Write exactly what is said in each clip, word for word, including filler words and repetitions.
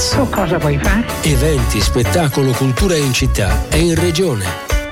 Lights. Tu cosa vuoi fare? Eventi, spettacolo, cultura in città e in regione.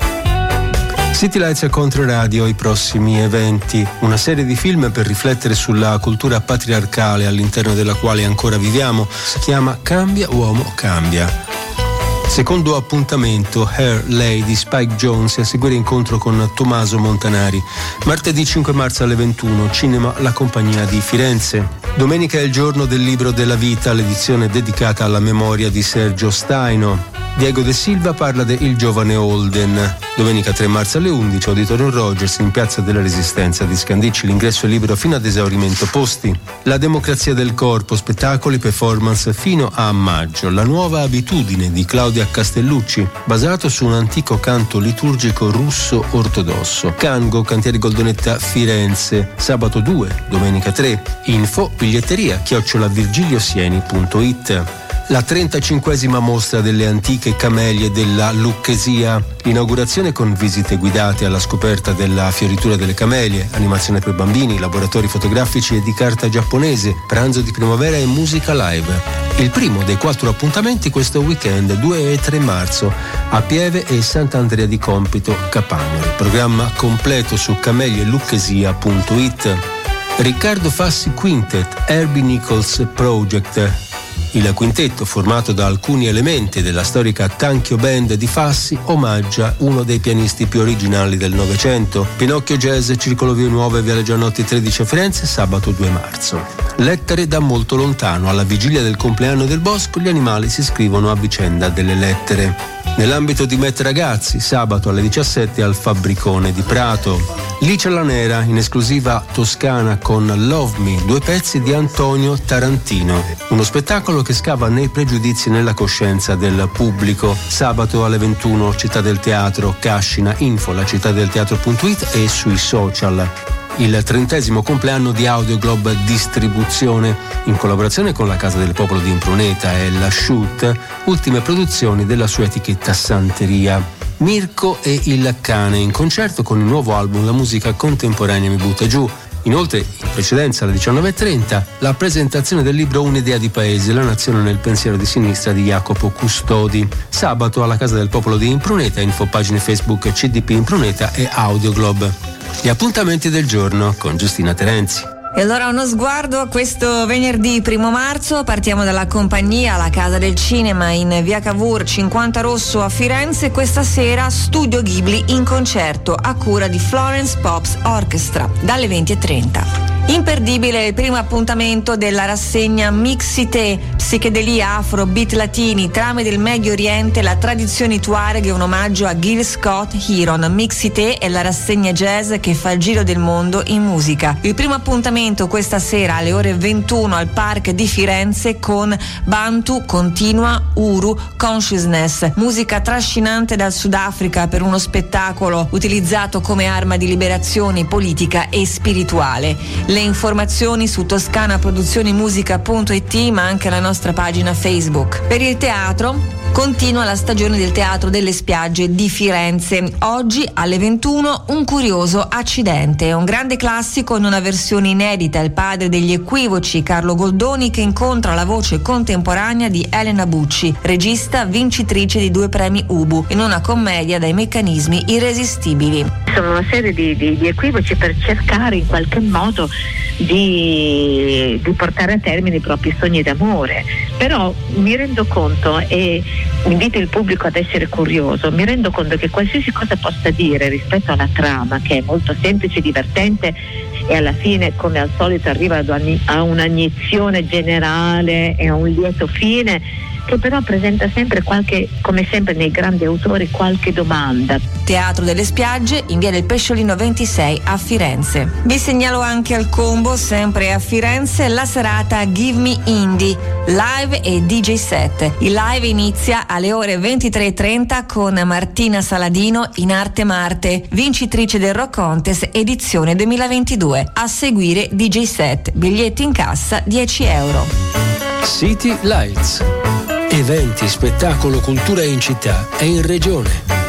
City Lights e Controradio, i prossimi eventi, una serie di film per riflettere sulla cultura patriarcale all'interno della quale ancora viviamo, si chiama Cambia Uomo Cambia. Secondo appuntamento, Hair Lady, Spike Jonze a seguire incontro con Tommaso Montanari. Martedì cinque marzo alle ventuno, cinema La Compagnia di Firenze. Domenica è il giorno del libro della vita, l'edizione dedicata alla memoria di Sergio Staino. Diego De Silva parla de Il giovane Holden. Domenica tre marzo alle undici, Auditorium Rogers in Piazza della Resistenza di Scandicci, l'ingresso è libero fino ad esaurimento posti. La democrazia del corpo, spettacoli, performance fino a maggio. La nuova abitudine di Claudia Castellucci, basato su un antico canto liturgico russo ortodosso. Cango, Cantieri Goldonetta Firenze, sabato due, domenica tre. Info, biglietteria, chiocciola virgiliosieni punto it. La trentacinquesima mostra delle antiche camelie della Lucchesia, inaugurazione con visite guidate alla scoperta della fioritura delle camelie, animazione per bambini, laboratori fotografici e di carta giapponese, pranzo di primavera e musica live. Il primo dei quattro appuntamenti questo weekend, due e tre marzo, a Pieve e Sant'Andrea di Compito, Capagnoli. Programma completo su camelie lucchesia punto it. Riccardo Fassi Quintet, Herbie Nichols Project. Il quintetto, formato da alcuni elementi della storica Tanchio Band di Fassi, omaggia uno dei pianisti più originali del Novecento. Pinocchio Jazz, Circolo Vie Nuove, Viale Giannotti tredici a Firenze, sabato due marzo. Lettere da molto lontano, alla vigilia del compleanno del Bosco, gli animali si scrivono a vicenda delle lettere. Nell'ambito di Met Ragazzi, sabato alle diciassette al Fabbricone di Prato. Licia la Nera, in esclusiva toscana con Love Me, due pezzi di Antonio Tarantino. Uno spettacolo che scava nei pregiudizi e nella coscienza del pubblico. Sabato alle ventuno, Città del Teatro, Cascina, info la città del teatro punto it e sui social. Il trentesimo compleanno di Audioglobe Distribuzione, in collaborazione con la Casa del Popolo di Impruneta e la Shoot, ultime produzioni della sua etichetta Santeria. Mirko e il Cane, in concerto con il nuovo album La musica contemporanea mi butta giù. Inoltre, in precedenza alle diciannove e trenta, la presentazione del libro Un'idea di paese, la nazione nel pensiero di sinistra di Jacopo Custodi. Sabato alla Casa del Popolo di Impruneta, info pagine Facebook C D P Impruneta e Audioglobe. Gli appuntamenti del giorno con Giustina Terenzi. E allora uno sguardo a questo venerdì primo marzo, partiamo dalla compagnia La Casa del Cinema in via Cavour cinquanta Rosso a Firenze. Questa sera Studio Ghibli in concerto a cura di Florence Pops Orchestra dalle venti e trenta. Imperdibile il primo appuntamento della rassegna Mixité, psichedelia afro, beat latini, trame del Medio Oriente, la tradizione tuareg e un omaggio a Gil Scott Heron. Mixité è la rassegna jazz che fa il giro del mondo in musica. Il primo appuntamento questa sera alle ore ventuno al Park di Firenze con Bantu Continua Uru Consciousness, musica trascinante dal Sudafrica per uno spettacolo utilizzato come arma di liberazione politica e spirituale. Le informazioni su toscana produzioni musica punto it, ma anche la nostra pagina Facebook. Per il teatro continua la stagione del Teatro delle Spiagge di Firenze. Oggi alle ventuno Un curioso accidente, un grande classico in una versione inedita, il padre degli equivoci Carlo Goldoni che incontra la voce contemporanea di Elena Bucci, regista vincitrice di due premi Ubu, in una commedia dai meccanismi irresistibili. Sono una serie di, di, di equivoci per cercare in qualche modo di, di portare a termine i propri sogni d'amore, però mi rendo conto e invito il pubblico ad essere curioso, mi rendo conto che qualsiasi cosa possa dire rispetto alla trama, che è molto semplice, divertente e alla fine come al solito arriva a un'agnizione generale e a un lieto fine, che però presenta sempre qualche, come sempre nei grandi autori, qualche domanda. Teatro delle Spiagge in via del Pesciolino ventisei a Firenze. Vi segnalo anche al Combo, sempre a Firenze, la serata Give Me Indie, live e D J set. Il live inizia alle ore ventitré e trenta con Martina Saladino in Arte Marte, vincitrice del Rock Contest edizione duemilaventidue. A seguire D J set, biglietti in cassa dieci euro. City Lights. Eventi, spettacolo, cultura in città e in regione.